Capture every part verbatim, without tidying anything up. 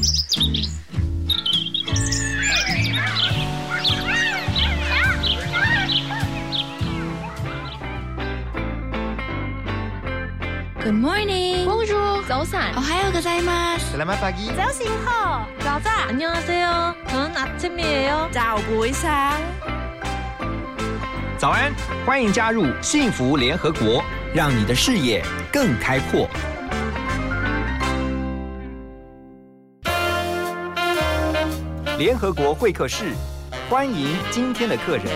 Good morning. Bonjour. 早安. 오하요 고자이마스. Selamat pagi. 早醒好.早安. 안녕하세요. 저는 아침이에요. 早不一상 早安，欢迎加入幸福联合国，让你的视野更开阔。联合国会客室，欢迎今天的客人。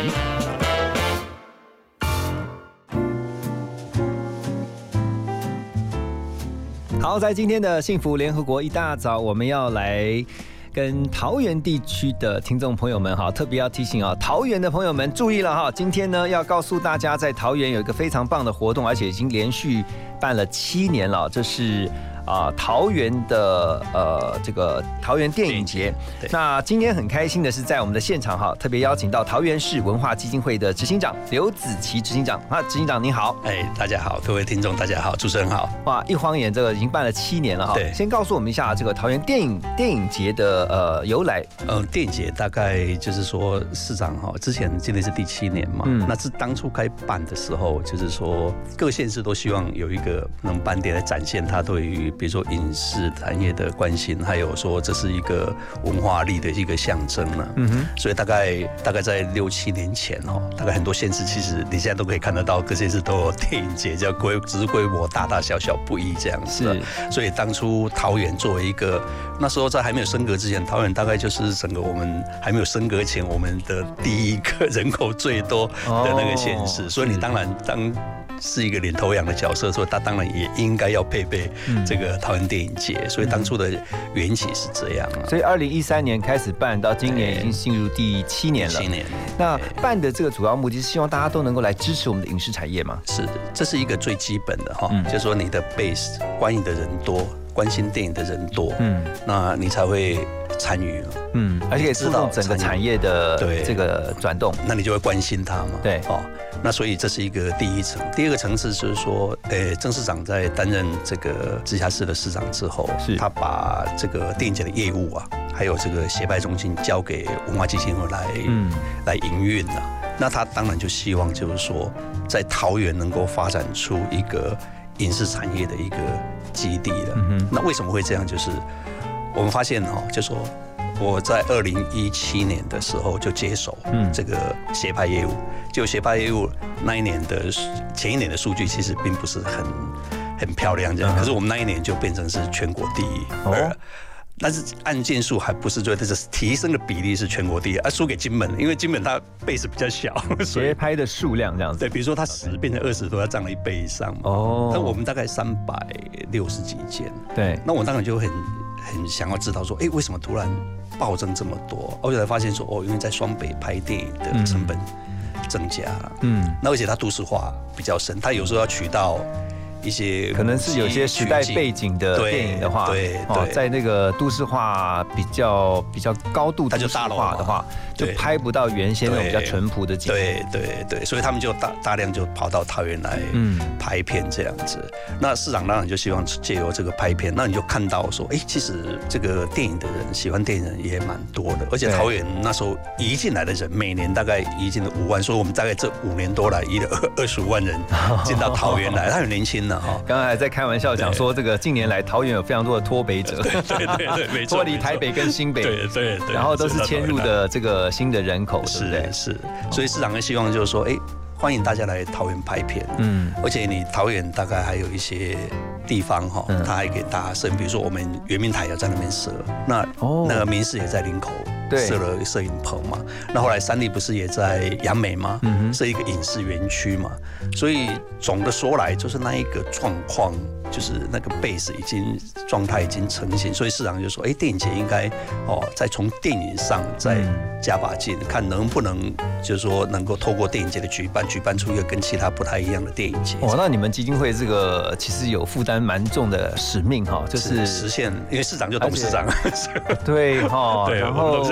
好，在今天的幸福联合国一大早，我们要来跟桃园地区的听众朋友们哈，特别要提醒啊，桃园的朋友们注意了哈，今天呢要告诉大家，在桃园有一个非常棒的活动，而且已经连续办了七年了，这是啊、呃、桃园的呃这个桃园电影节。那今天很开心的是在我们的现场哈，特别邀请到桃园市文化基金会的执行长刘子琪执行长。啊，执行长您好。 哎，大家好，各位听众大家好，主持人好。 哇，一晃眼这个已经办了七年了哈。 对， 先告诉我们一下这个桃园电影电影节的呃由来。 呃，电影节大概就是说市长哈，之前今年是第七年嘛，嗯，那是当初开办的时候，就是说各县市都希望有一个能办点来展现他对于比如说影视产业的关心，还有说这是一个文化力的一个象征呢。嗯哼，所以大概大概在六七年前哦，大概很多县市其实你现在都可以看得到，各县市都有电影节，叫规只是规模大大小小不一这样子。是，所以当初桃园作为一个那时候在还没有升格之前，桃园大概就是整个我们还没有升格前我们的第一个人口最多的那个县市，哦，所以你当然当是一个领头羊的角色，所以他当然也应该要配备这个桃园电影节，所以当初的缘起是这样啊。 所以二零一三年开始办，到今年已经进入第七年了。 七年。 那办的这个主要目的是希望大家都能够来支持我们的影视产业嘛？ 是，这是一个最基本的哈，嗯，就是说你的 base 观影的人多，关心电影的人多，嗯，那你才会参与， 嗯，而且知道整个产业的这个转动， 那你就会关心它嘛。 对，哦， 那所以这是一个第一层。第二个层次就是说，诶，郑市长在担任这个直辖市的市长之后，是他把这个电影节的业务啊，还有这个协办中心交给文化基金会来，嗯，来营运啊。那他当然就希望就是说，在桃园能够发展出一个影视产业的一个基地了。嗯，那为什么会这样？就是我们发现哈，就说我在二零一七年的时候就接手这个协拍业务，就协拍业务那一年的前一年的数据其实并不是很很漂亮这样，可是我们那一年就变成是全国第一。哦，但是案件数还不是最，但是提升的比例是全国第一，啊，输给金门，因为金门它 base 比较小， 协拍的数量这样子。 对，比如说它十变成二十多，它涨了一倍以上嘛。哦，那我们大概三百六十几件。 对， 那我当然就很很想要知道说，哎，为什么突然暴增这么多？而且才发现说，哦，因为在双北拍电影的成本增加了，嗯，那而且它都市化比较深，它有时候要取到一些可能是有些时代背景的电影的话， 对对， 哦，在那个都市化比较比较高度都市化的话，就拍不到原先那种比较淳朴的景。 对对对，所以他们就大大量就跑到桃园来拍片这样子。嗯，那市长当然就希望借由这个拍片，那你就看到说，哎，其实这个电影的人喜欢电影人也蛮多的，而且桃园那时候移进来的人每年大概移进了五万，所以我们大概这五年多来移了二二十五万人进到桃园来，他很年轻的。 刚才还在开玩笑讲说，这个近年来桃园有非常多的脱北者， 对对对对，没错， 脱离台北跟新北， 对对对， 然后都是迁入的这个新的人口，对不对？ 是，所以市长也希望就是说，哎，欢迎大家来桃园拍片，嗯，而且你桃园大概还有一些地方哈，他还给大家设，比如说我们圆明台要在那边设，那那个民视也在林口设了摄影棚嘛，那后来三立不是也在杨梅吗？嗯，设一个影视园区嘛，所以总的说来，就是那一个状况，就是那个 base 已经状态已经成型，所以市长就说，哎，电影节应该哦，再从电影上再加把劲，嗯，看能不能就是说能够透过电影节的举办，举办出一个跟其他不太一样的电影节。 哦，那你们基金会这个其实有负担蛮重的使命哈，就是实现，因为市长就董事长， 对哈， 对， 然后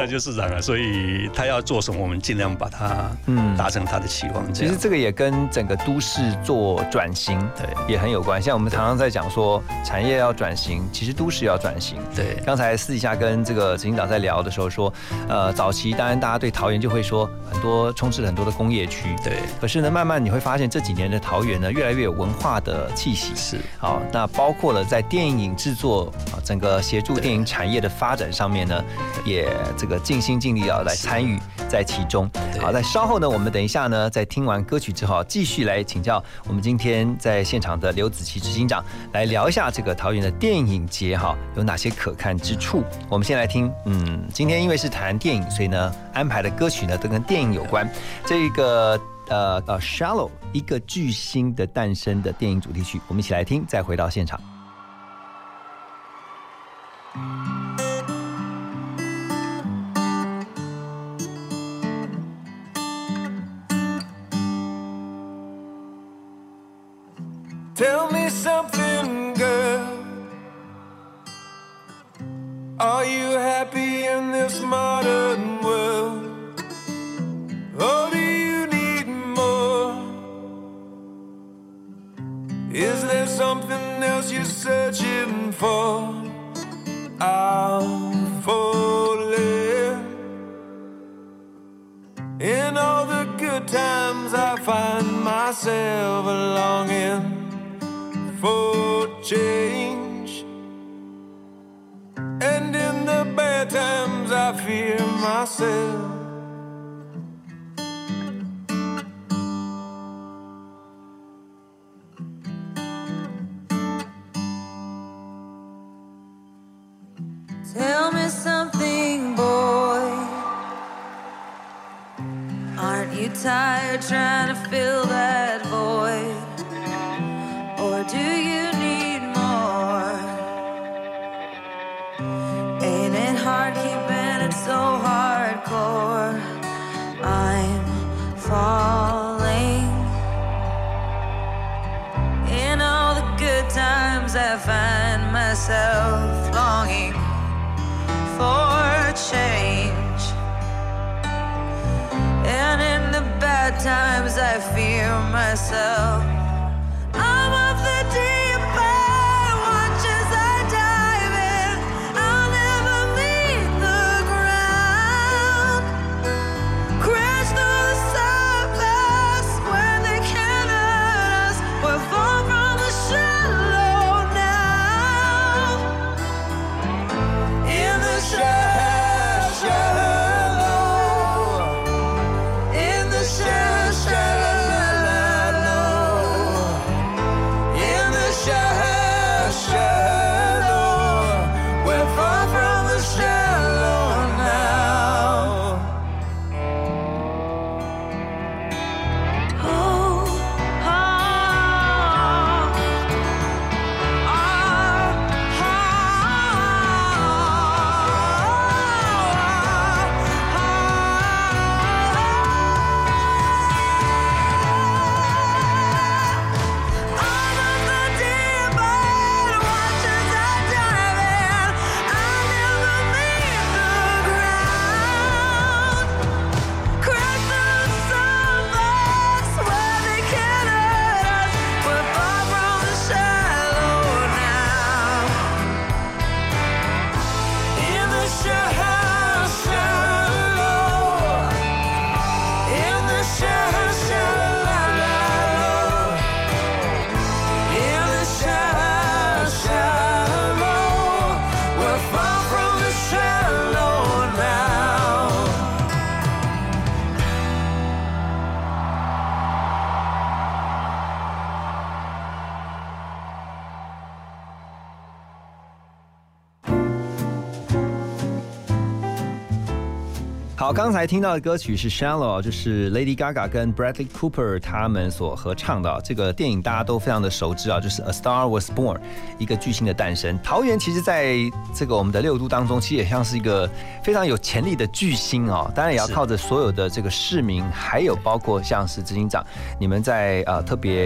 长就是市长啊，所以他要做什么，我们尽量把它嗯达成他的期望。 其实这个也跟整个都市做转型对也很有关。像我们常常在讲说产业要转型，其实都市要转型。 对， 刚才私底下跟这个执行长在聊的时候说，呃，早期当然大家对桃园就会说很多充斥了很多的工业区， 对。 可是呢，慢慢你会发现这几年的桃园呢，越来越有文化的气息。 是， 好，那包括了在电影制作啊，整个协助电影产业的发展上面呢，也这个尽心尽力要来参与在其中。好，在稍后呢，我们等一下呢，在听完歌曲之后，继续来请教我们今天在现场的刘子琪执行长，来聊一下这个桃园的电影节哈，有哪些可看之处。我们先来听，嗯，今天因为是谈电影，所以呢，安排的歌曲呢都跟电影有关。这个呃呃 ，Shallow 一个巨星的诞生的电影主题曲，我们一起来听，再回到现场。 Tell me something, girl. Are you happy in this modern world? Or do you need more? Is there something else you're searching for? I'm falling. In all the good times I find myself longing for change, and in the bad times I fear myself. Tell me something, boy. Aren't you tired trying to fill that void? Or do you need more? Ain't it hard keeping it so hardcore? I'm falling. In all the good times I find myself longing for change, and in the bad times I fear myself. I'm of the deep end, watch as I dive in. I'll never meet the ground. Crash through the surface where they can't hurt us. We're far from the shallow now. In the shallow, shallow. In the shallow, shallow. 好，刚才听到的歌曲是 Shallow， 就是 Lady Gaga 跟 Bradley Cooper 他们所合唱的。这个电影大家都非常的熟知啊，就是 A Star Was Born， 一个巨星的诞生。桃园其实在这个我们的六都当中，其实也像是一个非常有潜力的巨星哦。当然也要靠着所有的这个市民，还有包括像是执行长，你们在呃特别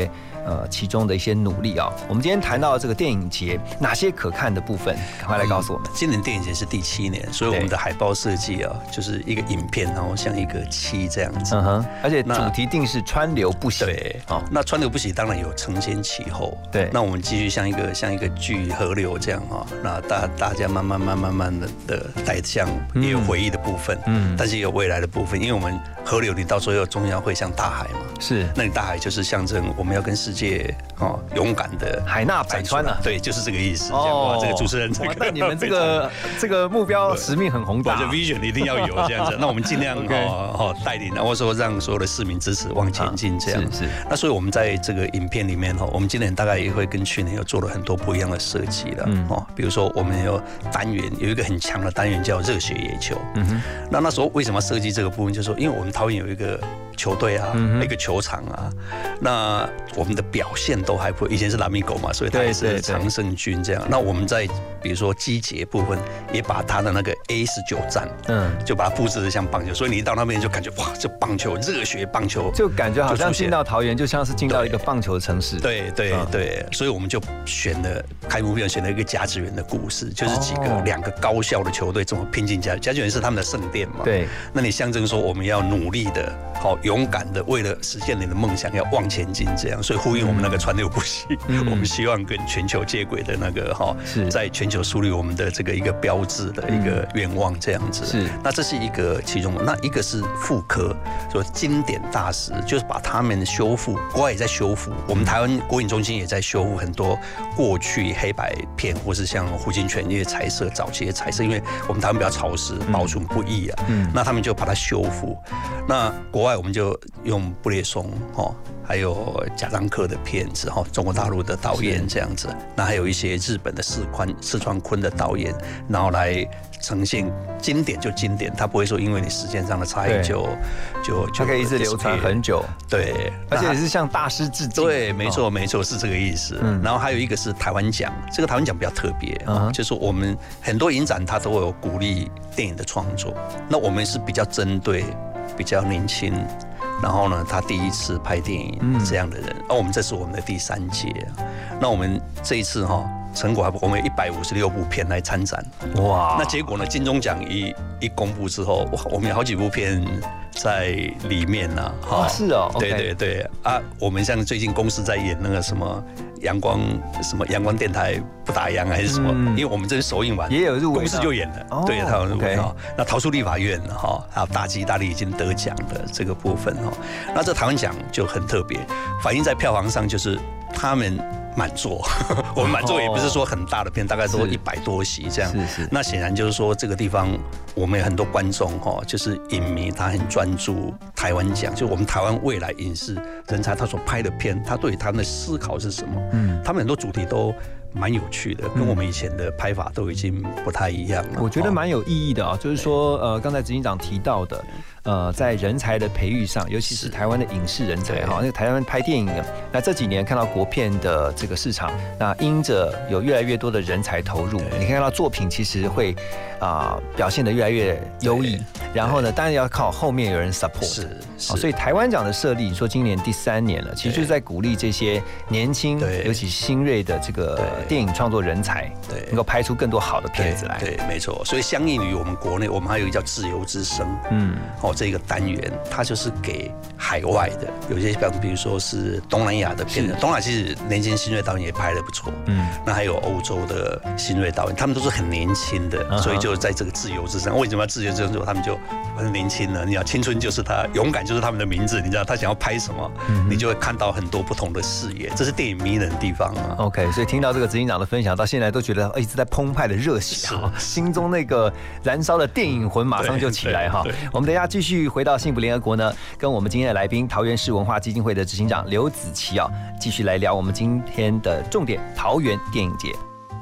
呃其中的一些努力啊。我们今天谈到这个电影节，哪些可看的部分，赶快来告诉我们。 嗯、今年电影节是第七年，所以我们的海报设计啊，就是一个影片，然后像一个七这样子。 嗯哼，而且主题定是川流不息。 对，哦，那川流不息当然有承前启后。 对， 那我们继续像一个像一个巨河流这样哈，那大大家慢慢慢慢慢的的带向，也有回忆的部分，嗯，但是也有未来的部分，因为我们河流你到时候终将会像大海嘛， 是， 那你大海就是象征我们要跟世界哦勇敢的海纳百川啊， 对，就是这个意思。哦，这个主持人这个， 那你们这个这个目标使命很宏大， 这 vision 一定要有这样子。那我们尽量哦哦带领，或者说让所有的市民支持往前进这样。 是是。 那所以我们在这个影片里面哈，我们今年大概也会跟去年有做了很多不一样的设计了。嗯哦，比如说我们有单元有一个很强的单元叫热血野球。嗯哼。那那时候为什么设计这个部分？就是说，因为我们桃园有一个球队啊，嗯、一个球场啊，那我们的表现都还不，以前是拉米狗嘛，所以他也是常胜军这样。那我们在比如说机捷部分，也把他的那个 A 十九站，嗯，就把它布置的像棒球，所以你一到那边就感觉哇，这棒球热血棒球， 就感觉好像进到桃园，就像是进到一个棒球的城市。 对对 对, 对，所以我们就选了开幕片，选了一个甲子园的故事，就是几个两、哦、个高校的球队怎么拼进甲甲子园是他们的圣殿嘛。 对， 那你象征说我们要努力的。好勇敢的，为了实现你的梦想，要往前进，这样，所以呼应我们那个川流不息，嗯、我们希望跟全球接轨的那个哈，在全球树立我们的这个一个标志的一个愿望，这样子。是，那这是一个其中，那一个是复刻，说经典大师，就是把他们修复，国外也在修复，我们台湾国影中心也在修复很多过去黑白片，或是像胡金铨因为彩色早期的彩色，因为我们台湾比较潮湿，保存不易啊，嗯、那他们就把它修复，那国外我们就用布列松哦，还有贾樟柯的片子哈，中国大陆的导演这样子，那还有一些日本的四川四川昆的导演，然后来呈现经典就经典，他不会说因为你时间上的差异就就就可以一直流传很久， 对， 而且也是向大师致敬， 对，没错没错是这个意思。嗯、然后还有一个是台湾奖，这个台湾奖比较特别，嗯、就是我们很多影展它都有鼓励电影的创作，那我们是比较针对。比较年轻，然后呢，他第一次拍电影这样的人，那、嗯、我们这是我们的第三届，那我们这一次哈成果还不，我们有一百五十六部片来参展，哇！那结果呢，金钟奖一一公布之后，哇，我们有好几部片在里面呢， 哈、哦，是哦， 对对对啊，我们像最近公司在演那个什么。阳光什么阳光电台不打烊还是什么？嗯、因为我们这是首映完也有入围， 公司就演了，哦、对，他有入围哈。那逃出立法院哈，还有大吉大利已经得奖的这个部分哈。那这台湾奖就很特别，反映在票房上就是他们满座，我们满座也不是说很大的片，大概都一百多席这样。是是。那显然就是说这个地方我们有很多观众哈，就是影迷他很专注台湾奖，就我们台湾未来影视人才他所拍的片，他对他们的思考是什么？嗯，他们很多主题都蛮有趣的，跟我们以前的拍法都已经不太一样了。 我觉得蛮有意义的啊，就是说，呃，刚才执行长提到的，呃，在人才的培育上，尤其是台湾的影视人才哈，那个台湾拍电影的，那这几年看到国片的这个市场，那因着有越来越多的人才投入，你看到作品其实会啊、呃、表现得越来越优异，然后呢，当然要靠后面有人 support， 是，是、哦，所以台湾奖的设立，说今年第三年了，其实就是在鼓励这些年轻，尤其新锐的这个电影创作人才，对，能够拍出更多好的片子来。 对，对没错。所以相应于我们国内，我们还有一个叫自由之声，嗯，哦，这个单元，它就是给海外的，有些比如说是东南亚的片子，东南亚其实年轻新锐导演也拍得不错，嗯，那还有欧洲的新锐导演，他们都是很年轻的，嗯、所以就在这个自由之声。为什么要自由之声？他们就很年轻了，你知道，青春就是他，勇敢就是他们的名字，你知道，他想要拍什么，嗯、你就会看到很多不同的视野，这是电影迷人的地方啊。 OK， 所以听到这个执行长的分享，到现在都觉得一直在澎湃的热血啊，心中那个燃烧的电影魂马上就起来哈。我们等一下继续回到幸福联合国呢，跟我们今天的来宾桃园市文化基金会的执行长刘子琪啊，继续来聊我们今天的重点桃园电影节。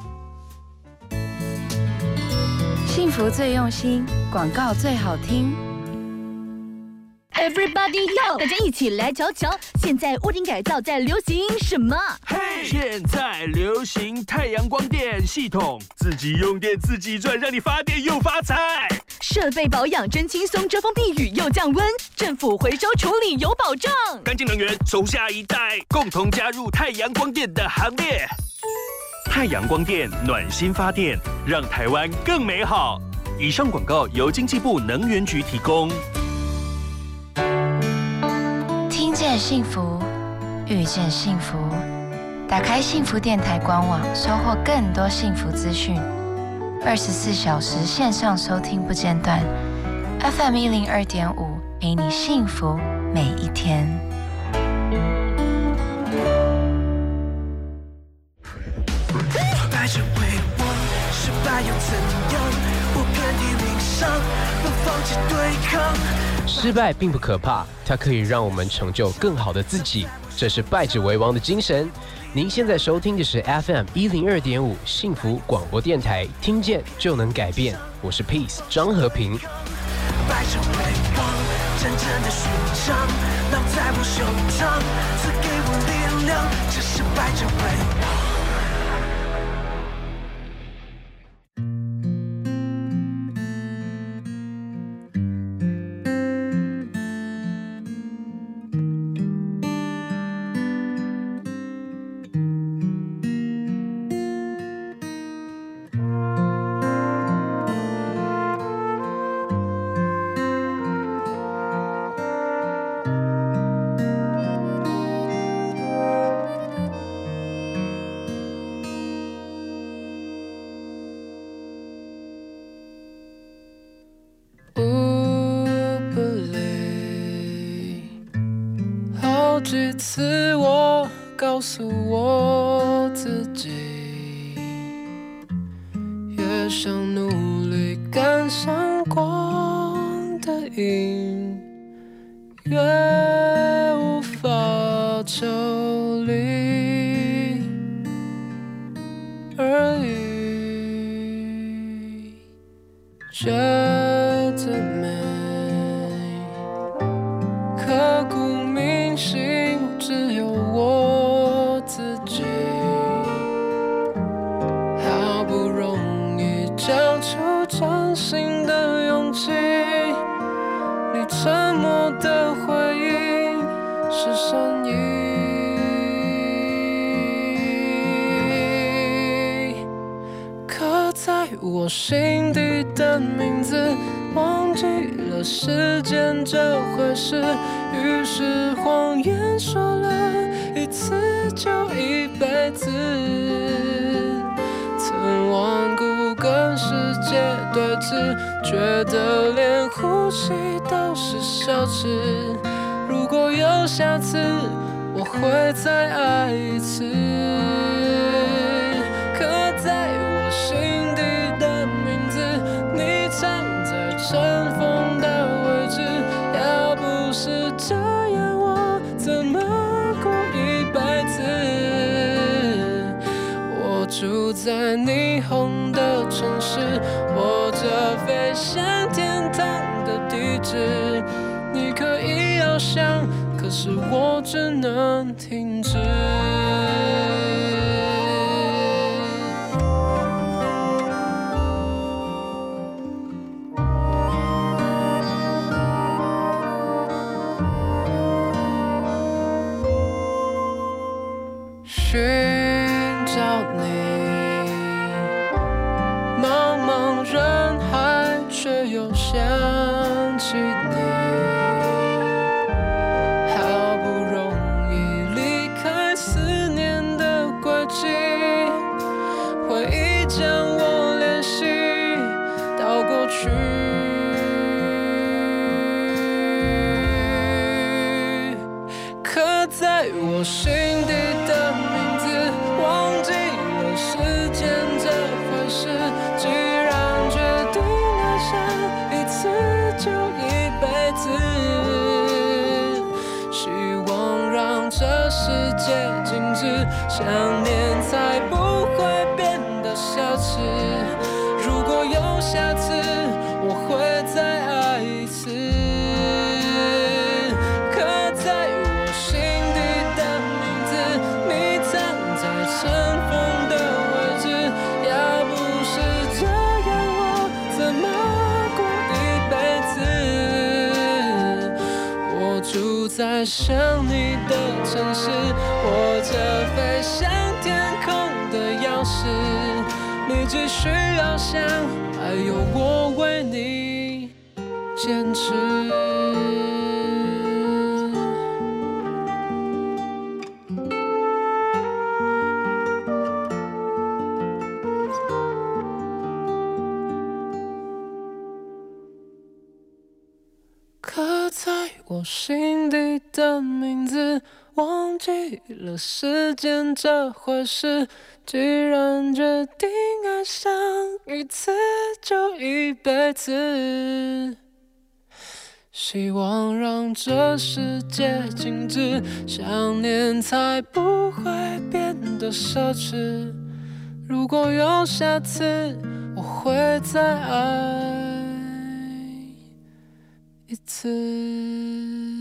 幸福最用心，广告最好听。 Everybody yo， 大家一起来瞧瞧，现在屋顶改造在流行什么？ 嘿，现在流行太阳光电系统，自己用电自己赚，让你发电又发财。 设备保养真轻松，遮风避雨又降温，政府回收处理有保障。 干净能源，手下一代，共同加入太阳光电的行列。太阳光电暖心发电，让台湾更美好。以上广告由经济部能源局提供。 听见幸福，遇见幸福。打开幸福电台官网，收获更多幸福资讯。二十四小时线上收听不间断 ，F M 一零二点五，陪你幸福每一天。 败者为王，失败又怎样？我遍体鳞伤，不放弃对抗。 失败并不可怕，它可以让我们成就更好的自己。这是败者为王的精神。您现在收听的是 F M 一零二点五幸福广播电台，听见就能改变。我是 Peace 张和平。 败者为王，真正的勋章烙在我胸膛，赐给我力量。这是败者为王。 几次我告诉我自己，越想努力赶上光的影，越无法抽离而已，觉得美，刻骨铭心。只有我自己，好不容易交出真心的勇气，你沉默的回应是善意。刻在我心底的名字，忘记了时间这回事。于是谎言说了一次就一辈子，曾顽固跟世界对峙，觉得连呼吸都是奢侈。如果有下次，我会再爱一次。刻在我心底的名字，你藏在尘封的位置。要不是这样，我怎么过一辈子？我住在霓虹的城市，握着飞向天堂的地址。你可以翱翔，可是我只能停止。寻找你，茫茫人海，却又想起你。好不容易离开思念的轨迹，回忆将我联系到过去。刻在我心底的名字，忘记了时间这回事。既然决定爱上一次就一辈子，希望让这世界静止，想念才不会变得奢侈。如果有下次，我会再爱一次。尘封的位置，要不是这样，我怎么过一想你的城市，握着飞向天空的钥匙，你只需要想，还有我为你坚持。刻在我心底的名字，忘记了时间这回事。既然决定爱上一次，就一辈子。希望让这世界静止，想念才不会变得奢侈。如果有下次，我会再爱一次。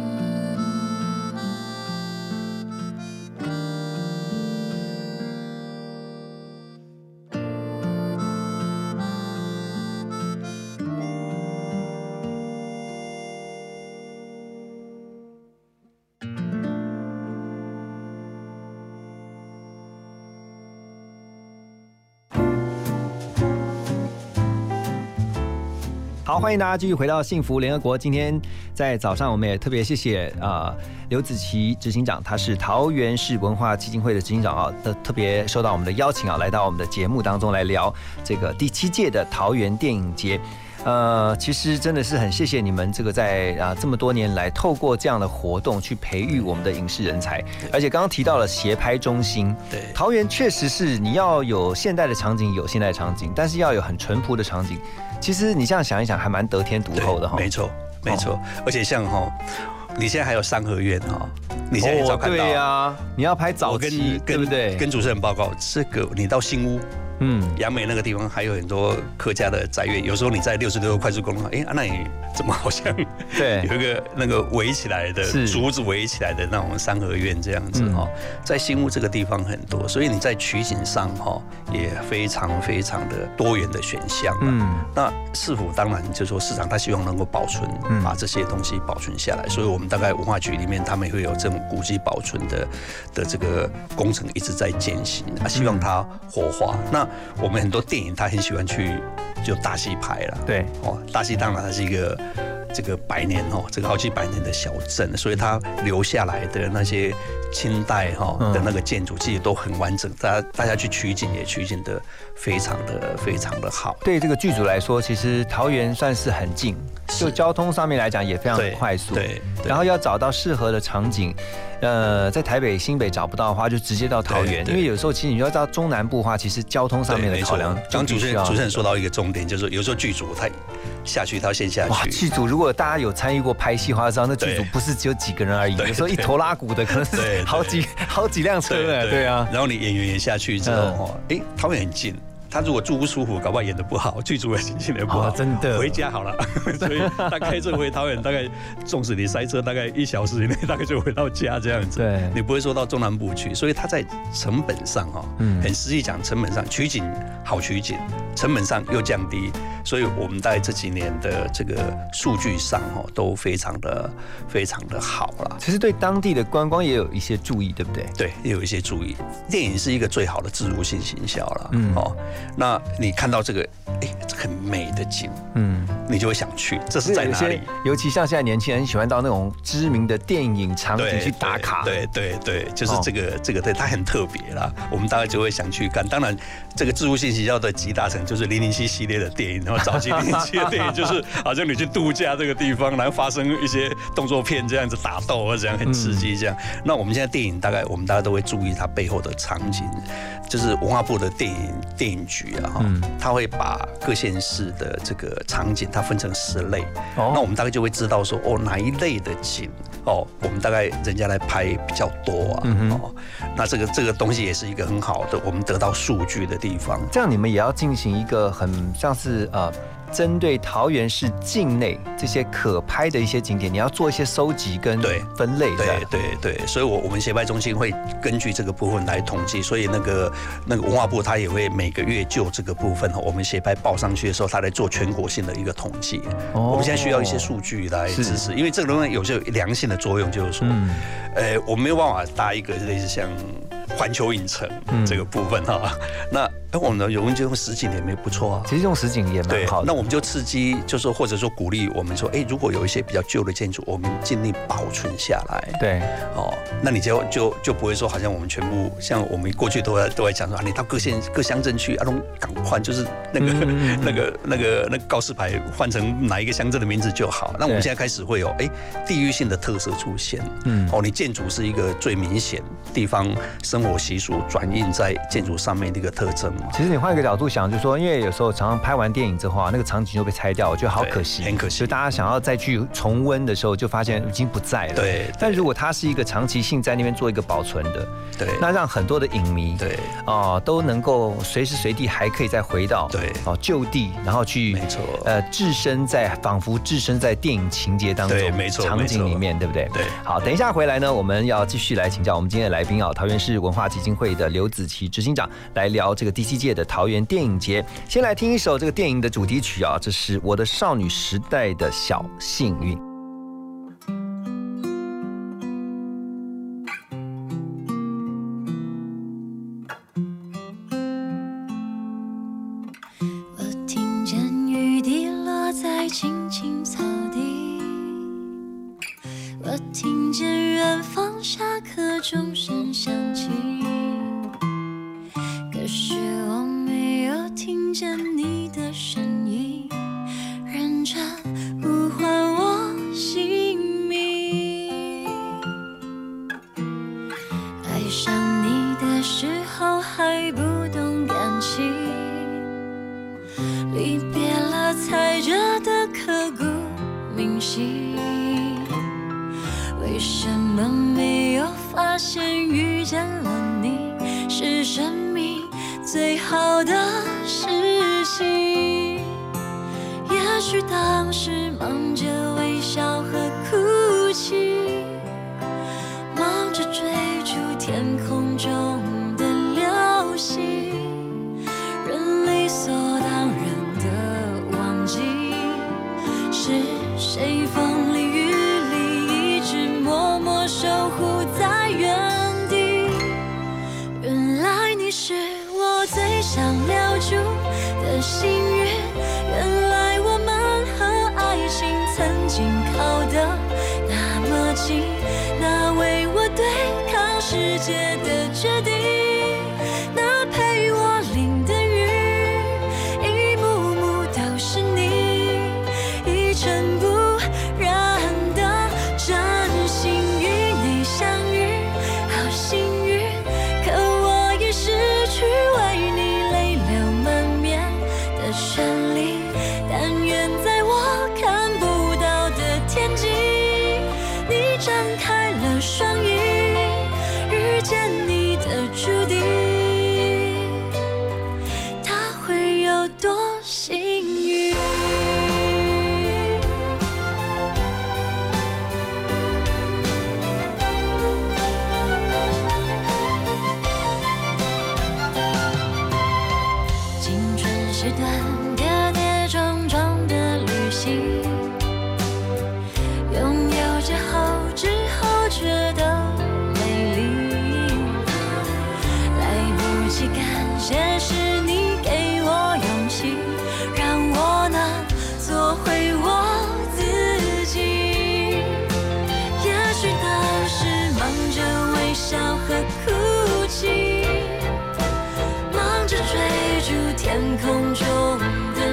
好，欢迎大家继续回到幸福联合国。今天在早上，我们也特别谢谢啊、呃、刘子琪执行长，他是桃园市文化基金会的执行长啊，的特别受到我们的邀请啊，来到我们的节目当中来聊这个第七届的桃园电影节。呃，其实真的是很谢谢你们这个在啊这么多年来，透过这样的活动去培育我们的影视人才，而且刚刚提到了协拍中心， 对， 桃园确实是你要有现代的场景，有现代的场景，但是要有很淳朴的场景。其实你这样想一想，还蛮得天独厚的哈。 没错，没错，而且像哈，你现在还有三合院哈，你现在也早看到， 对呀、啊，你要拍早期，对不对？ 跟主持人报告，这个你到新屋。嗯，杨梅那个地方还有很多客家的宅院，有时候你在六十六快速公路，哎、欸，那你怎么好像对有一个那个围起来的竹子围起来的那种三合院这样子哈、嗯，在新屋这个地方很多，所以你在取景上哈也非常非常的多元的选项。嗯，那市府当然就说市长他希望能够保存，嗯、把这些东西保存下来，所以我们大概文化局里面他们会有这种古迹保存的的这个工程一直在进行啊，希望它活化。嗯、那我们很多电影他很喜欢去就大溪拍了， 对哦，大溪当然它是一个这个百年哦，这个好几百年的小镇，所以它留下来的那些清代哈的那个建筑其实都很完整，大家大家去取景也取景的非常的非常的好。 对这个剧组来说，其实桃园算是很近，就交通上面来讲也非常的快速， 对， 然后要找到适合的场景。呃，在台北、新北找不到的话，就直接到桃园，因为有时候其实你要到中南部的话，其实交通上面的考量。 刚主持人主持人说到一个重点，就是有时候剧组他下去，他先下去。哇， 剧组如果大家有参与过拍戏的话，知道那剧组不是只有几个人而已，有时候一头拉鼓的可能是好几好几辆车哎，对啊。 然后你演员也下去之后，哦，哎，桃园很近。他如果住不舒服，搞不好演得不好，剧组的心情也不好， 哦、真的。 回家好了，所以他开车回桃园，大概纵使你塞车，大概一小时以内，大概就回到家这样子。 对， 你不会说到中南部去，所以他在成本上哈，嗯，很实际讲，成本上取景好取景，成本上又降低，所以我们在这几年的这个数据上哈，都非常的非常的好啦。 其实对当地的观光也有一些注意，对不对？ 对，也有一些注意。电影是一个最好的置入性行销了，嗯，哦。那你看到这个，哎，很美的景，嗯，你就会想去，这是在哪里？ 尤其像现在年轻人喜欢到那种知名的电影场景去打卡， 对对 对, 对，就是这个、哦、这个对，它很特别啦，我们大概就会想去看。当然，这个置入性行销的集大成就是零零七系列的电影，然后早期零零七的电影就是好像你去度假这个地方，然后发生一些动作片这样子打斗或者这样很刺激这样。嗯、那我们现在电影大概我们大家都会注意它背后的场景，就是文化部的电影电影局啊。嗯，他会把各县市的这个场景，它分成十类。哦，那我们大概就会知道说，哦，哪一类的景，哦，我们大概人家来拍比较多啊。嗯、哦，那这个这个东西也是一个很好的，我们得到数据的地方。 这样你们也要进行一个很像是呃针对桃园市境内这些可拍的一些景点，你要做一些收集跟分类。 对对对，所以我我们协拍中心会根据这个部分来统计，所以那个那个文化部他也会每个月就这个部分，我们协拍报上去的时候，他来做全国性的一个统计。哦、我们现在需要一些数据来支持，因为这个东西有些有良性的作用，就是说，嗯、呃，我们没有办法搭一个类似像环球影城这个部分哈、嗯，那。哎，我们的有人就用实景也没不错啊。 其实用实景也蛮好的。 那我们就刺激，就是说或者说鼓励我们说，哎，如果有一些比较旧的建筑，我们尽力保存下来。 对， 哦，那你就就就不会说，好像我们全部像我们过去都在都在讲说啊，你到各县各乡镇去啊，都赶换，就是那个嗯嗯那个那个那个告示牌换成哪一个乡镇的名字就好。那我们现在开始会有哎地域性的特色出现。嗯，哦，你建筑是一个最明显地方生活习俗转印在建筑上面的一个特征。 其实你换一个角度想，就是说，因为有时候常常拍完电影之后啊，那个场景就被拆掉，我觉得好可惜， 很可惜。 所以大家想要再去重温的时候，就发现已经不在了。 对。 但如果它是一个长期性在那边做一个保存的， 对， 那让很多的影迷， 对， 哦，都能够随时随地还可以再回到对哦旧地，然后去没错， 呃，置身在仿佛置身在电影情节当中， 对，没错， 场景里面，对不对？ 对。 好，等一下回来呢，我们要继续来请教我们今天的来宾啊，桃园市文化基金会的刘子琪执行长来聊这个第七届的桃园电影节。先来听一首这个电影的主题曲啊，这是我的少女时代的小幸运。 我听见雨滴落在青青草地，我听见远方下课钟声响起，可是我没有听见你的声音，认真呼唤我姓名。爱上你的时候还不懂感情，离别了才觉得刻骨铭心。为什么没有发现遇见了你是生命最好的事情？也许当时忙着微笑和哭泣，忙着追逐天空中的流星，人理所当然的忘记是谁风里雨里一直默默守护在原地。原来你是我最想留住的幸运，原来我们和爱情曾经靠得那么近，那为我对抗世界的决定，那陪我淋的雨，一幕幕都是你，一尘不染的真心与你相遇，好幸运，可我已失去为你泪流满面的权利，但愿在我看不到的天际，你张开了双翼，遇见你的注定，它会有多幸运？青春是段跌跌撞撞的旅行，拥有之后之后觉得美丽，来不及感谢是你给我勇气，让我能做回我自己。也许当时忙着微笑和哭泣，忙着追逐天空中的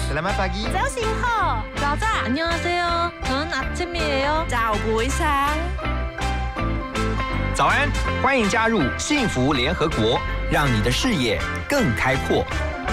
Selamat pagi. 早醒好， 早早안녕하세요. 저는 아침이에요. 早不sáng。 早安，欢迎加入幸福联合国，让你的视野更开阔。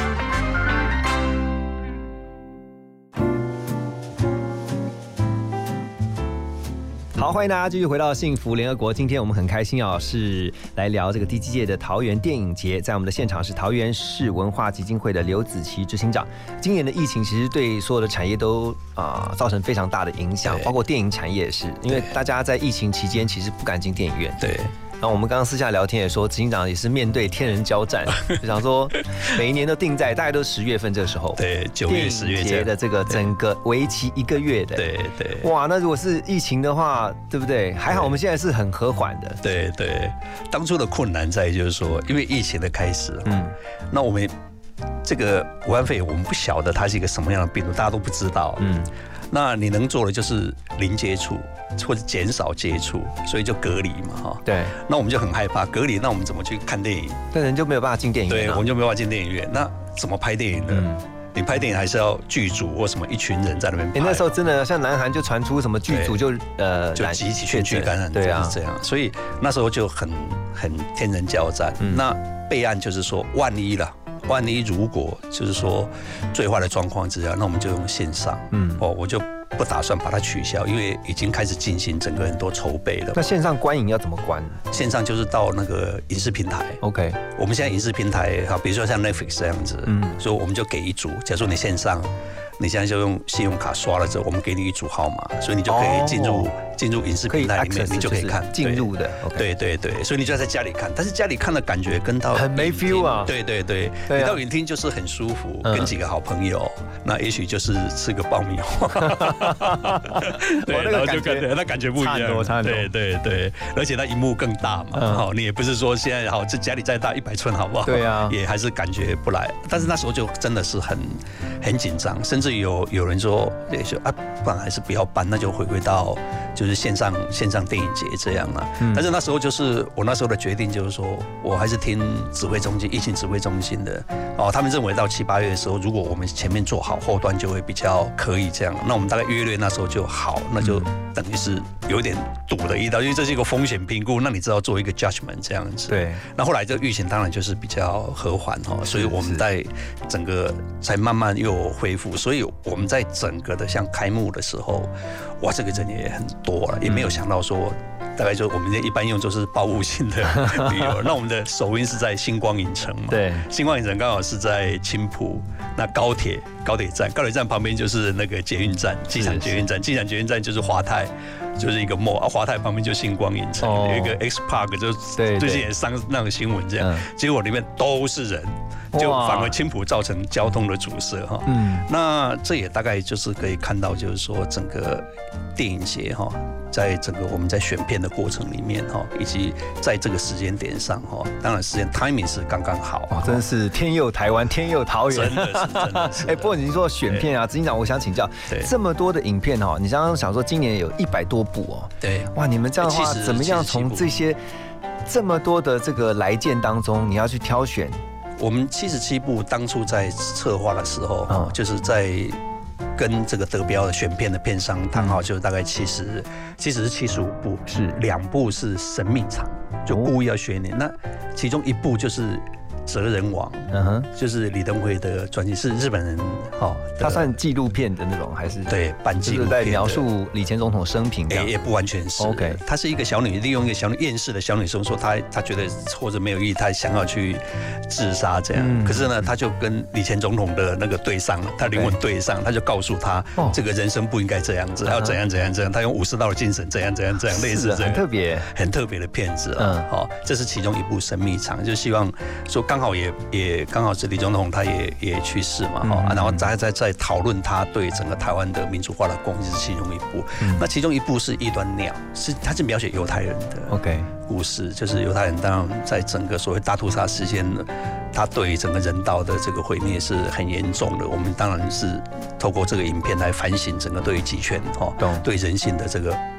好，欢迎大家继续回到幸福联合国。今天我们很开心啊，是来聊这个第七届的桃园电影节。在我们的现场是桃园市文化基金会的刘子琪执行长。今年的疫情其实对所有的产业都啊、呃、造成非常大的影响，包括电影产业也是，因为大家在疫情期间其实不敢进电影院。 对。 然后我们刚刚私下聊天也说，执行长也是面对天人交战，就想说每一年都定在大概都十月份这个时候， 对，九月、十月节的这个整个为期一个月的， 对对， 哇，那如果是疫情的话，对不对？还好我们现在是很和缓的， 对对。当初的困难在于就是说，因为疫情的开始，嗯，那我们这个武汉肺炎，我们不晓得它是一个什么样的病毒，大家都不知道，嗯。那你能做的就是零接触或者减少接触，所以就隔离嘛，哈。 对。 那我们就很害怕隔离，那我们怎么去看电影？ 但人就没有办法进电影院、啊。 对，我们就没有办法进电影院。那怎么拍电影呢？嗯、你拍电影还是要剧组或什么一群人在那边拍。 欸、那时候真的像南韩就传出什么剧组就呃就集体群聚感染， 对啊， 是这样。所以那时候就很很天人交战。嗯、那备案就是说，万一了。万一如果就是说最坏的状况之下，那我们就用线上。嗯，哦，我就不打算把它取消，因为已经开始进行整个很多筹备了。 那线上观影要怎么观？ 线上就是到那个影视平台。 OK， 我们现在影视平台，好，比如说像 Netflix 这样子，嗯，所以我们就给一组。假如说你线上，你现在就用信用卡刷了之后，我们给你一组号码，所以你就可以进入进入影视平台里面，你就可以看进入的。 对对对，所以你就要在家里看，但是家里看的感觉跟到很没 feel 啊。 对对对，你到影厅就是很舒服，跟几个好朋友，那也许就是吃个爆米花，对，然后就感觉那感觉不一样，对对对，而且那荧幕更大嘛，好，你也不是说现在好这家里再大一百寸好不好？ 对啊， 也还是感觉不来，但是那时候就真的是很很紧张，甚至有有人说，也说啊，不然还是不要办，那就回归到就是线上线上电影节这样了。嗯、但是那时候就是我那时候的决定，就是说我还是听指挥中心、疫情指挥中心的哦，他们认为到七八月的时候，如果我们前面做好，后端就会比较可以这样。那我们大概约略那时候就好，那就等于是有点赌了一刀，因为这是一个风险评估，那你知道做一个 judgment 这样子。 对。 那后来这个疫情当然就是比较和缓哈，所以我们在整个才慢慢又恢复，所以我们在整个的像开幕的时候，哇，这个人也很多了，也没有想到说。大概就我们一般用就是报务性的旅游，那我们的首映是在星光影城嘛， 对， 星光影城刚好是在青埔，那高铁高铁站，高铁站旁边就是那个捷运站，机场捷运站，机场捷运站就是华泰，就是一个 mall， 啊，华泰旁边就星光影城，哦、有一个 X Park， 就最近也上那个新闻这样，嗯、结果里面都是人。就反而青埔造成交通的阻塞哈，嗯，那这也大概就是可以看到，就是说整个电影节哈，在整个我们在选片的过程里面哈，以及在这个时间点上哈，当然时间 timing 是刚刚好， 哦，真的是天佑台湾，天佑桃园， 真的是真的是。 哎，不过你说选片啊，执行长，我想请教，这么多的影片哈，你刚刚想说今年有一百多部哦， 对， 哇，你们这样的话，怎么样从这些这么多的这个来件当中，你要去挑选？ 我们七十七部当初在策划的时候，哦、就是在跟这个得标的选片的片商谈好，就大概七十，其实是七十五部，是两部是神秘场，就故意要选你。那其中一部就是《哲人王》，嗯哼，就是李登辉的传记，是日本人哦， 他算纪录片的那种还是？ 对，半纪录片， 在描述李前总统生平， 也也不完全是。 OK， 她是一个小女，利用一个小女厌世的小女生说她她觉得活着没有意义，她想要去自杀这样。嗯、可是呢，她就跟李前总统的那个对上了，她灵魂对上，她就告诉他，哦、这个人生不应该这样子，要怎样怎样怎样。她用武士道的精神，怎样怎样怎样，类似这样， 很特别， 很特别的片子啊。嗯，好，这是其中一部神秘场，就希望说刚好也也。刚好是李总统，他也也去世嘛，哈、嗯，然后再再再讨论他对整个台湾的民主化的贡献是其中一部。嗯、那其中一部是《异端鸟》，是他是描写犹太人的 OK 故事，就是犹太人当然在整个所谓大屠杀事件，他对整个人道的这个毁灭是很严重的。我们当然是透过这个影片来反省整个对于集权哈，对人性的这个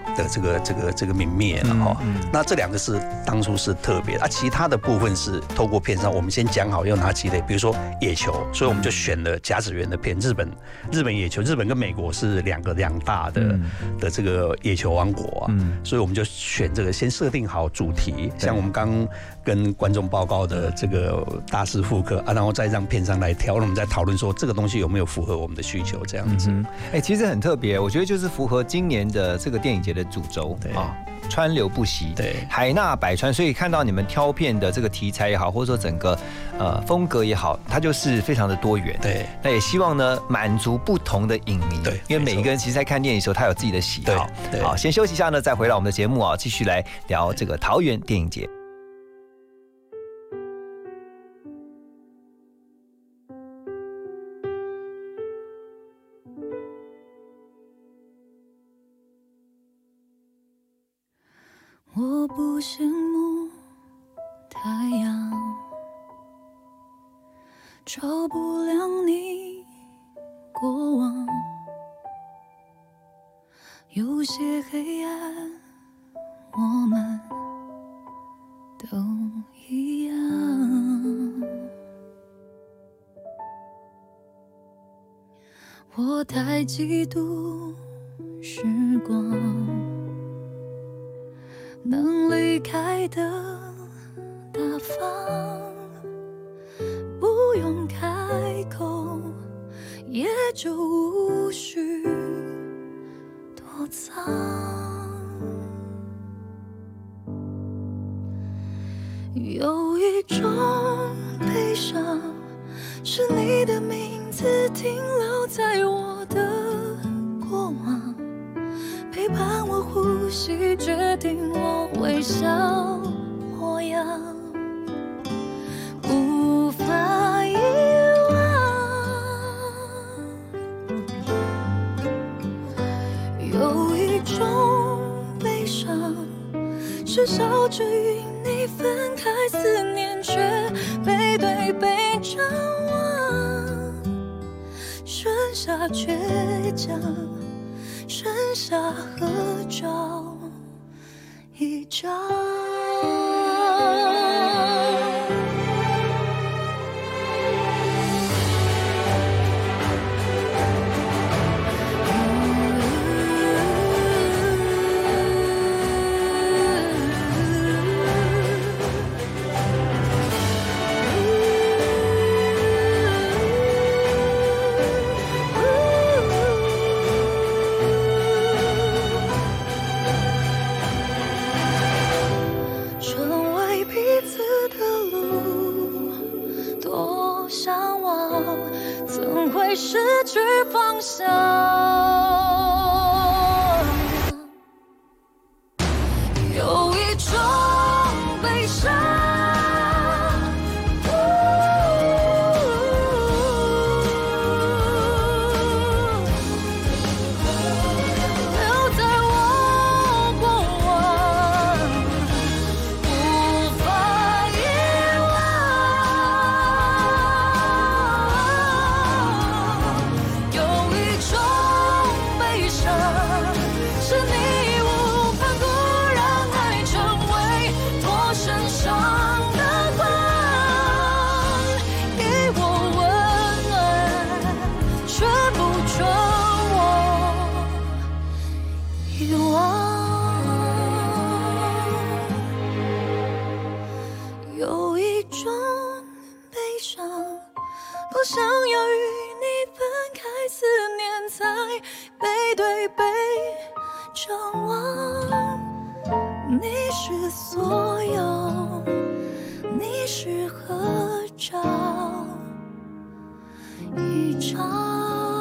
的这个这个这个泯灭了哈。那这两个是当初是特别的啊，其他的部分是透过片商，我们先讲好要哪几类，比如说野球，所以我们就选了甲子园的片，日本日本野球，日本跟美国是两个两大的、嗯、的这个野球王国啊，嗯、所以我们就选这个先设定好主题，像我们刚跟观众报告的这个大师复刻啊，然后再让片商来挑，我们再讨论说这个东西有没有符合我们的需求这样子。哎、嗯欸，其实很特别，我觉得就是符合今年的这个电影节的主轴啊。川流不息，对，海纳百川，所以看到你们挑片的这个题材也好，或者说整个呃风格也好，它就是非常的多元。对，那也希望呢满足不同的影迷，对，因为每一个人其实在看电影的时候，他有自己的喜好。对，好，先休息一下呢，再回到我们的节目啊，继续来聊这个桃园电影节。 我不羡慕太阳，照不亮你过往。有些黑暗，我们都一样。我太嫉妒时光，能离开的大方，不用开口，也就无需躲藏。有一种悲伤，是你的名字停留在我的过往，陪伴我呼吸，决定我微笑模样，无法遗忘。有一种悲伤，是笑着与你分开，思念却背对背张望，剩下倔强，剩下合照一张。失去方向，有一种悲伤，留在我过往，无法遗是你无法不让爱成为我身上的光，给我温暖，却不准我遗忘。有一种悲伤，不想要与你分开，思念在背对背张望，你是所有，你是合照一张。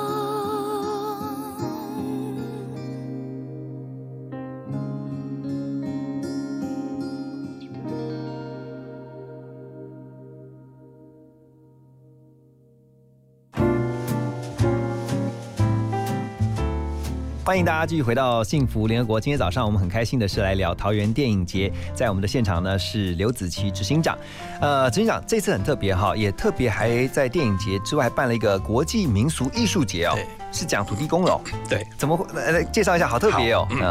欢迎大家继续回到幸福联合国。今天早上我们很开心的是来聊桃园电影节，在我们的现场呢是刘子琪执行长。呃，执行长这次很特别哈，也特别还在电影节之外办了一个国际民俗艺术节哦，是讲土地公的哦。 对， 怎么来介绍一下？好特别哦。嗯，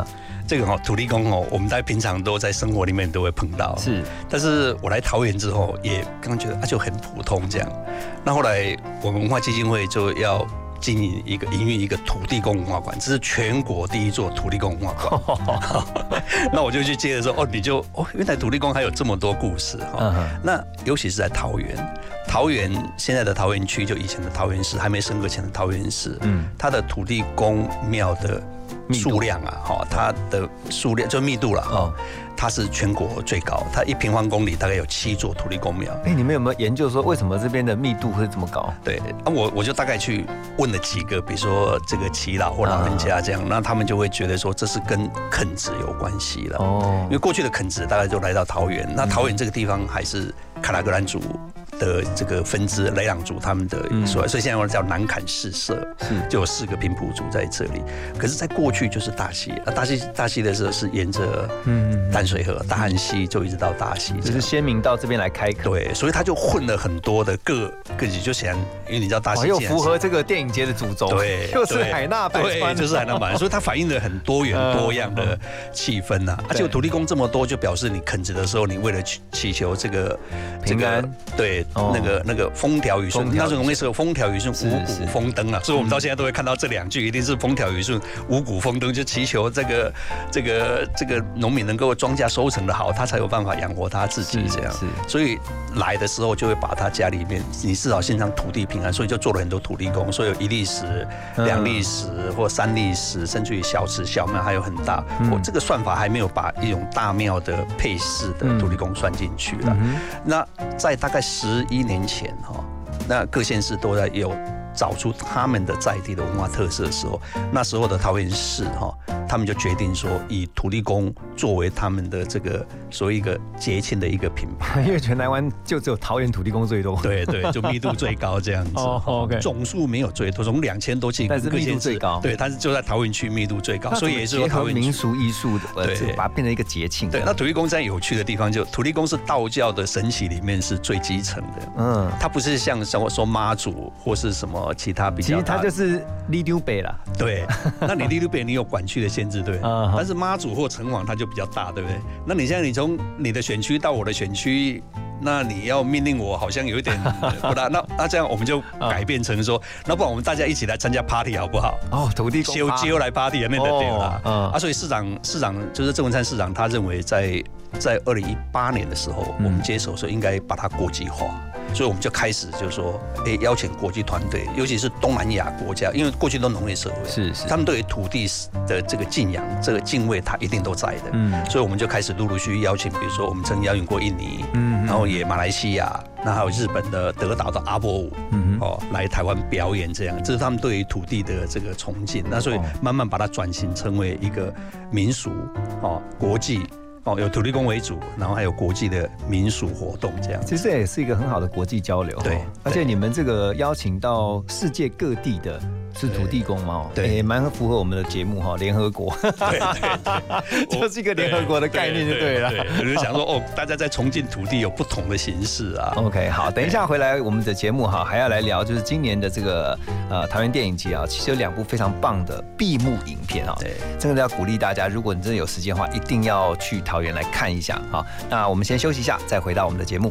这个哦，土地公哦，我们在平常都在生活里面都会碰到。 是， 但是我来桃园之后，也刚刚觉得啊就很普通这样。那后来我们文化基金会就要经营一个营运一个土地公文化馆，这是全国第一座土地公文化馆。那我就去接着说，哦，你就哦，原来土地公还有这么多故事哈。Uh-huh. 那尤其是在桃园，桃园现在的桃园区，就以前的桃园市，还没升格前的桃园市，嗯，它的土地公庙的数量啊，哈，它的数量就密度了，哦。它是全国最高，它一平方公里大概有七座土地公庙。 哎，你们有没有研究说为什么这边的密度会这么高？ 对，啊，我我就大概去问了几个，比如说这个耆老或老人家这样，那他们就会觉得说这是跟垦殖有关系了。哦，因为过去的垦殖大概就来到桃园，那桃园这个地方还是卡拉格兰族的这个分支雷朗族他们的所谓，所以现在我叫南坎四社，是就有四个平埔族在这里。可是，在过去就是大溪啊，大溪大溪的时候是沿着嗯淡水河、大汉溪就一直到大溪， 就是先民到这边来开垦。 对，所以他就混了很多的各各级，就显然因为你知道大溪又符合这个电影节的主轴， 对， 就是海纳百川， 对，就是海纳百川，所以它反映了很多元多样的气氛呐。而且土地公这么多，就表示你垦殖的时候，你为了祈求这个平安， 对。哦、那个那个风调雨顺，那时候容易说风调雨顺，五谷丰登啊，所以我们到现在都会看到这两句，一定是风调雨顺，五谷丰登，就祈求这个这个这个农民能够庄稼收成的好，他才有办法养活他自己这样。所以来的时候就会把他家里面，你至少先让土地平安，所以就做了很多土地公，所以有一粒石、两粒石或三粒石，甚至于小池小庙还有很大。我、嗯、这个算法还没有把一种大庙的配饰的土地公算进去了。嗯、那在大概十一年前哈，那各县市都在有找出他们的在地的文化特色的时候，那时候的桃园市哈，他们就决定说以土地公作为他们的这个所谓一个节庆的一个品牌， 因为全台湾就只有桃园土地公最多， 对对，就密度最高这样子。哦 ，OK， 总数没有最多，总两千多起， 但是密度最高。 对，它是就在桃园区密度最高，所以也是说桃园民俗艺术的，对，把它变成一个节庆。 对，那土地公在有趣的地方，就土地公是道教的神祇里面是最基层的，嗯，它不是像像我说妈祖或是什么其他比较， 其实它就是立丢北啦。 对，那你立丢北你有管区的限制，对，但是妈祖或城隍它就比较大，对不对？那你现在你从你的选区到我的选区，那你要命令我，好像有一点不大。那那这样我们就改变成说，那不然我们大家一起来参加 party 好不好？ 哦，土地公修修来 party 的那个点啦。啊，所以市长市长就是郑文灿市长，他认为在在二零一八年的时候，我们接手的时候应该把它国际化。所以我们就开始就是说，哎、欸，邀请国际团队，尤其是东南亚国家，因为过去都农业社会， 是是， 他们对于土地的这个敬仰、这个敬畏，他一定都在的。嗯，所以我们就开始陆陆续续邀请，比如说我们曾邀请过印尼，嗯，然后也马来西亚，那还有日本的德岛的阿波舞，嗯哦，来台湾表演这样，这是他们对于土地的这个崇敬。那所以慢慢把它转型成为一个民俗哦，国际。哦，有土地公为主，然后还有国际的民俗活动这样。 其实这也是一个很好的国际交流。 对， 而且你们这个邀请到世界各地的是土地公嘛？ 对， 也蛮符合我们的节目哈，联合国。 对对对， 就是一个联合国的概念就对了。 我就想说，哦，大家在重建土地有不同的形式啊。 OK， 好，等一下回来我们的节目哈，还要来聊就是今年的这个呃桃园电影节啊，其实有两部非常棒的闭幕影片啊。 对， 真的要鼓励大家，如果你真的有时间的话，一定要去桃园来看一下。好，那我们先休息一下，再回到我们的节目。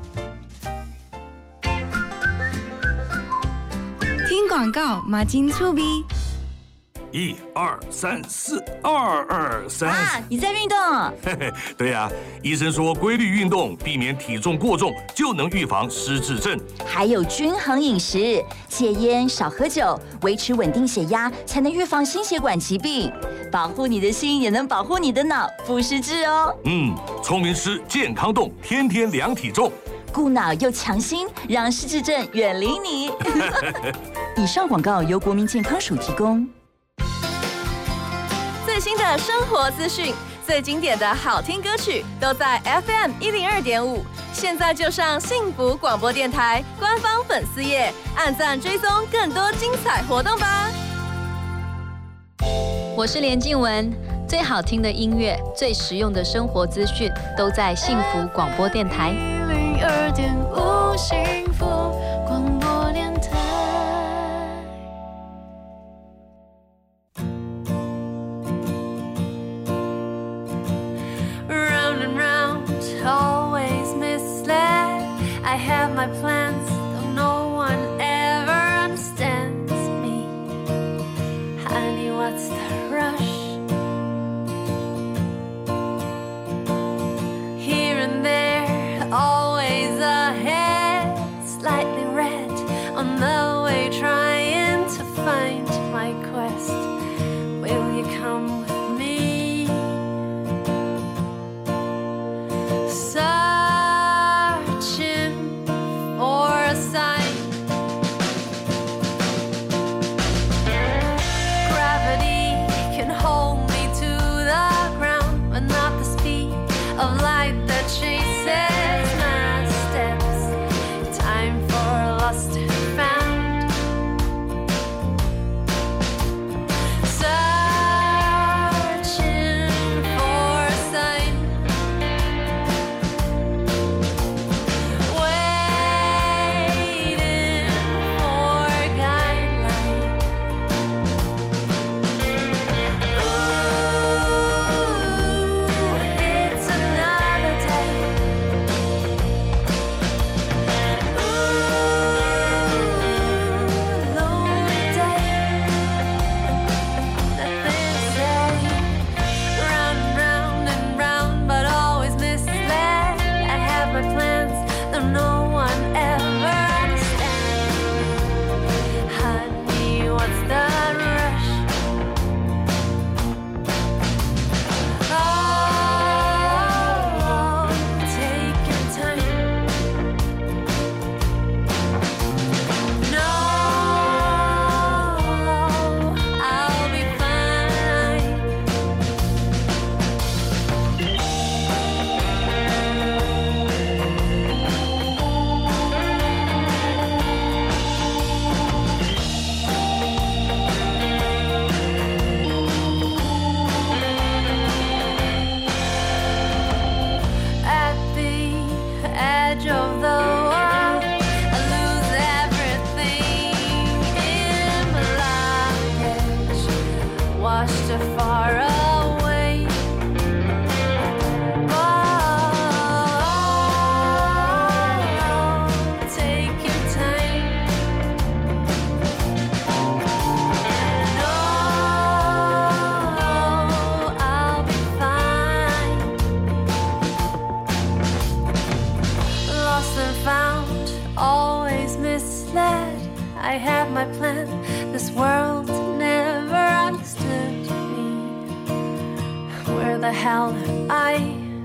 听广告，马金醋鼻。 一二三四，二二三。 啊，你在运动？ 嘿嘿，对呀、啊，医生说规律运动，避免体重过重，就能预防失智症。 还有均衡饮食，戒烟，少喝酒，维持稳定血压，才能预防心血管疾病。保护你的心，也能保护你的脑，不失智哦。 嗯，聪明吃，健康动，天天量体重， 顾脑又强心，让失智症远离你。以上广告由国民健康署提供。 最新的生活资讯，最经典的好听歌曲，都在 F M 一零二点五。现在就上幸福广播电台官方粉丝页，按赞追踪更多精彩活动吧。 我是连静文，最好听的音乐，最实用的生活资讯，都在幸福广播电台。一零二点五幸福广播电台。 of the world. I lose everything in my luggage, washed far away. I have my plan, this world never understood me. Where the hell am I?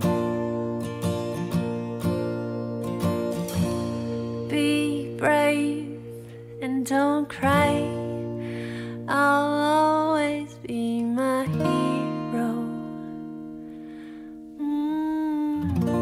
Be brave and don't cry. I'll always be my hero. Mm-hmm.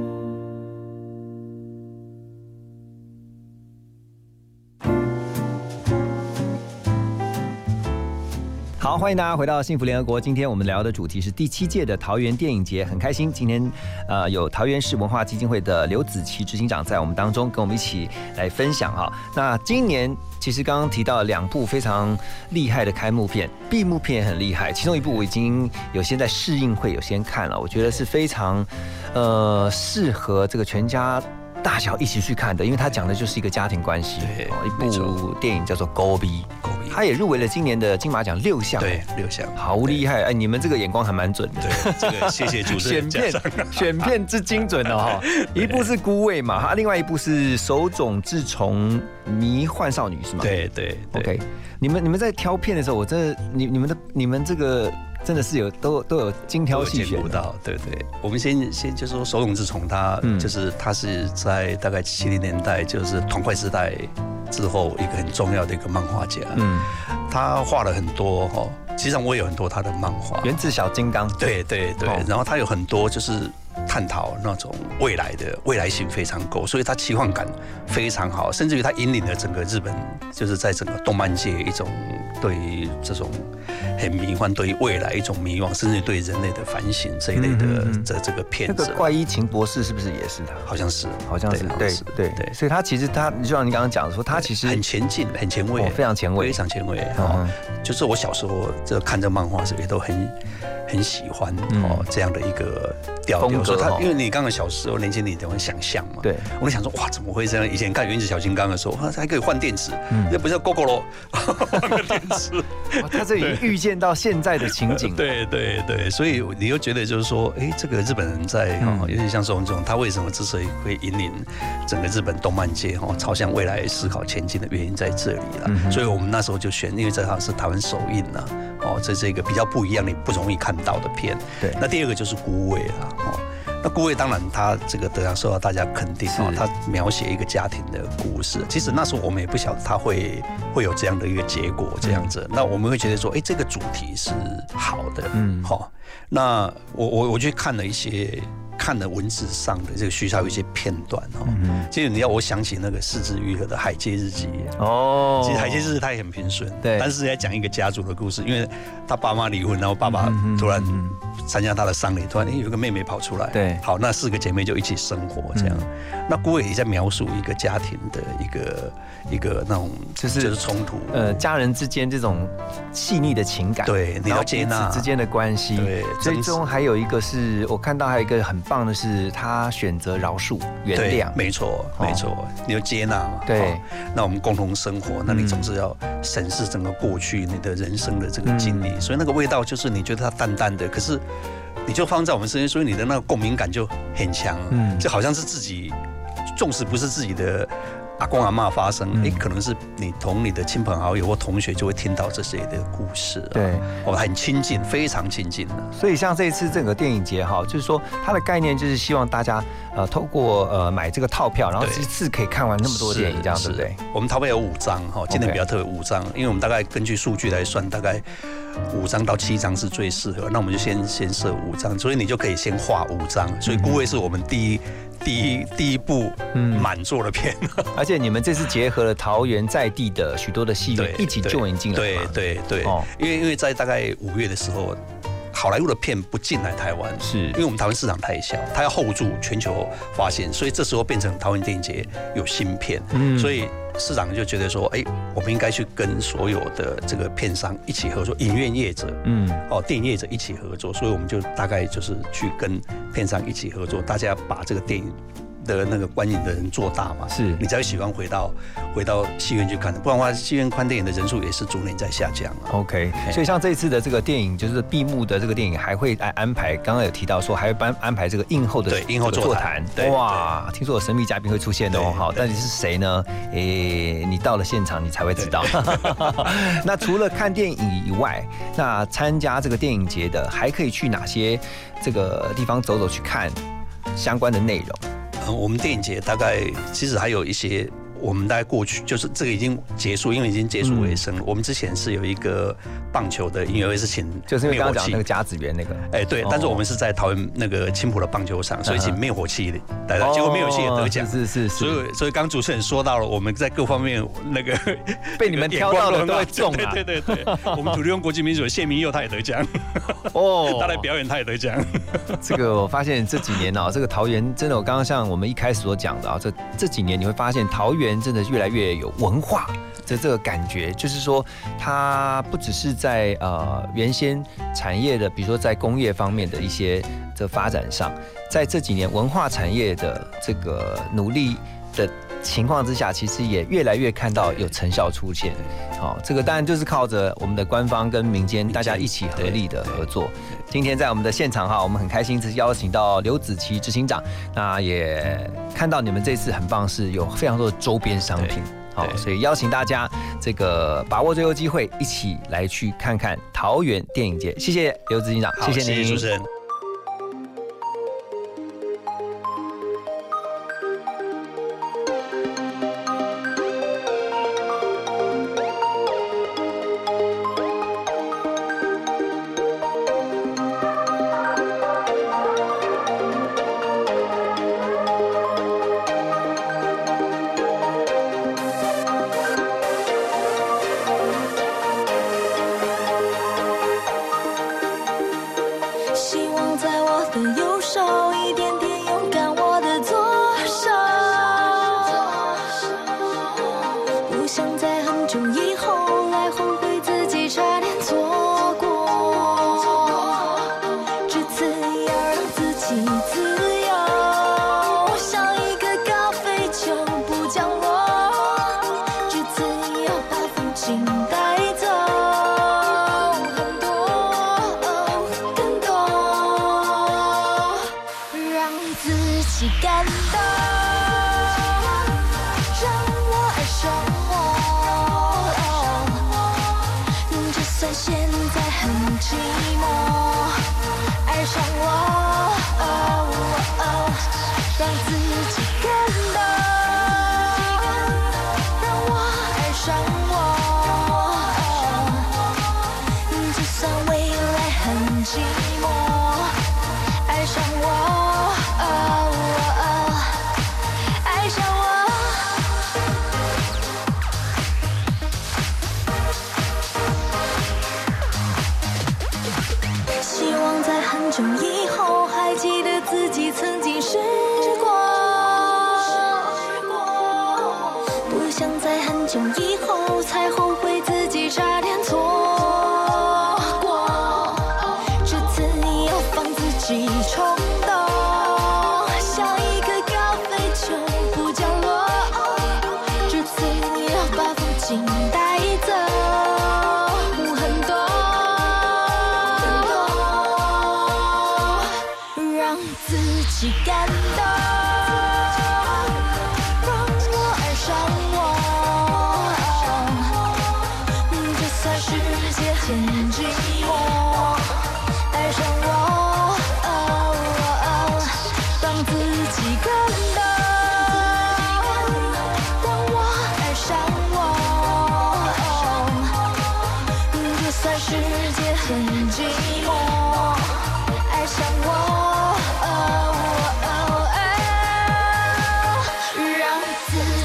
好，欢迎大家回到幸福联合国。今天我们聊的主题是第七届的桃园电影节，很开心。今天呃有桃园市文化基金会的刘子琪执行长在我们当中，跟我们一起来分享哈。那今年其实刚刚提到两部非常厉害的开幕片，闭幕片也很厉害。其中一部我已经有先在试映会有先看了，我觉得是非常呃适合这个全家大小一起去看的，因为它讲的就是一个家庭关系。对，一部电影叫做《高逼》。他也入围了今年的金马奖六项， 对，六项， 好厉害！哎，你们这个眼光还蛮准的。 对，这个谢谢主持人。 选片选片之精准哦哈！一部是《孤味》嘛，哈，另外一部是《手冢治虫迷幻少女》是吗？ 对对 ，OK。你们你们在挑片的时候，我真的，你你们的你们这个真的是有都都有精挑细选到，对对。我们先先就说手冢治虫，他就是他是在大概七零年代，就是团块时代之后一个很重要的一个漫画家，嗯，他画了很多哈，实际上我也有很多他的漫画， 原子小金刚， 对对对，哦、然后他有很多就是探讨那种未来的未来性非常够，所以他奇幻感非常好，甚至于他引领了整个日本，就是在整个动漫界一种对于这种很迷幻，对于未来一种迷惘，甚至对人类的反省这一类的这这个片子。 那个怪医秦博士是不是也是他？ 好像是， 好像是，对对对。所以他其实他，就像你刚刚讲的说，他其实很前进，很前卫， 非常前卫， 非常前卫。哦，就是我小时候这看这漫画时也都很很喜欢哦这样的一个调调。他因为你刚刚小时候年轻，你都会想象嘛。 对， 我就想说哇，怎么会这样？以前看原子小金刚的时候，它还可以换电池，那不是 GoGo 换个电池。 他这已经预见到现在的情景。 对对对，所以你又觉得就是说，哎，这个日本人在哈，尤其像这种这种，他为什么之所以会引领整个日本动漫界哈朝向未来思考前进的原因在这里了。所以我们那时候就选，因为这套是台湾首映呐，哦，这是一个比较不一样、你不容易看到的片。 对， 那第二个就是《孤味》啦，哦。那《孤味》当然，他这个得到受到大家肯定哦，他描写一个家庭的故事。其实那时候我们也不晓得他会会有这样的一个结果，这样子。那我们会觉得说，哎，这个主题是好的，嗯，好。那我我我去看了一些。看了文字上的这个虚构一些片段哦，其实你要我想起那个四肢愈合的《海街日记》哦，其实《海街日记》它也很平顺，对，但是在讲一个家族的故事，因为他爸妈离婚，然后爸爸突然参加他的丧礼，突然哎有个妹妹跑出来，对，好，那四个姐妹就一起生活这样。那孤味也在描述一个家庭的一个一个那种就是就是冲突， 呃，家人之间这种细腻的情感， 对，你要接纳之间的关系，对，最终还有一个是我看到还有一个很棒的是，他选择饶恕、原谅， 没错，没错，你要接纳嘛。 对， 哦，那我们共同生活，那你总是要审视整个过去你的人生的这个经历，嗯，所以那个味道就是你觉得它淡淡的，可是你就放在我们身边，所以你的那个共鸣感就很强，嗯，就好像是自己，纵使不是自己的阿公阿嬷发生，哎，嗯，可能是你同你的亲朋好友或同学就会听到这些的故事，啊， 对， 哦，很亲近，非常亲近的。 所以像这一次整个电影节哈，就是说它的概念就是希望大家呃透过呃买这个套票，然后一次可以看完那么多电影，这样对不对？ 我们套票有五张哈，今年比较特别五张，因为我们大概根据数据来算，大概五张到七张是最适合，那我们就先先设五张，所以你就可以先画五张，所以孤味是我们第一。第一第一部满座的片，嗯， 而且你们这次结合了桃园在地的许多的戏院一起join进来， 对对对，哦，因为因为在大概五月的时候， 好莱坞的片不进来台湾， 是因为我们台湾市场太小，它要 hold 住全球发现，所以这时候变成桃园电影节有新片，嗯，所以市长就觉得说，哎、欸，我们应该去跟所有的这个片商一起合作，影院业者，嗯，哦，电影业者一起合作，所以我们就大概就是去跟片商一起合作，大家把这个电影的那个观影的人做大嘛， 是你才会喜欢回到回到戏院去看的，不然的话，戏院看电影的人数也是逐年在下降啊。 OK， 所以像这一次的这个电影，就是闭幕的这个电影，还会来安排，刚刚有提到说还会安安排这个映后的对映后座谈， 哇，听说有神秘嘉宾会出现的哦，好，但你是谁呢？诶，你到了现场你才会知道。那除了看电影以外，那参加这个电影节的还可以去哪些这个地方走走去看相关的内容？ 我们电影节大概其实还有一些，我们大概过去就是这个已经结束，因为已经结束尾声了。嗯、我们之前是有一个棒球的音乐会，是请就是因为刚刚讲那个甲子园那个， 哎、欸、对，哦、但是我们是在桃园那个青埔的棒球场，所以请灭火器来到，结果灭火器也得奖， 是是是， 所以所以刚主持人说到了，我们在各方面那个被你们挑到的都会中啊， 对对对对，我们土地公国际民主谢明佑他也得奖，哦，他来表演他也得奖。 这个我发现这几年啊，这个桃园真的，我刚刚像我们一开始所讲的啊，这这几年你会发现桃园真的越来越有文化的这个感觉，就是说它不只是在呃原先产业的，比如说在工业方面的一些的发展上，在这几年文化产业的这个努力的情况之下，其实也越来越看到有成效出现。好、哦，这个当然就是靠着我们的官方跟民间大家一起合力的合作。今天在我们的现场哈，我们很开心是邀请到刘子琪执行长，那也看到你们这次很棒，是有非常多的周边商品。好，所以邀请大家这个把握最后机会，一起来去看看桃园电影节。谢谢刘执行长，谢谢您， 谢谢主持人。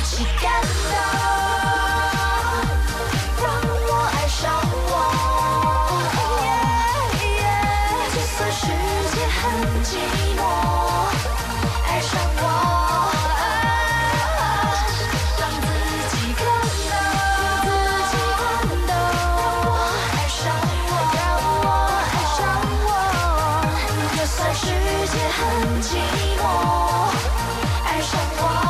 让我爱上我。 寂寞，爱上我，让自己感动，自己感动，爱上我，让我爱上我，就算世界很寂寞，爱上我。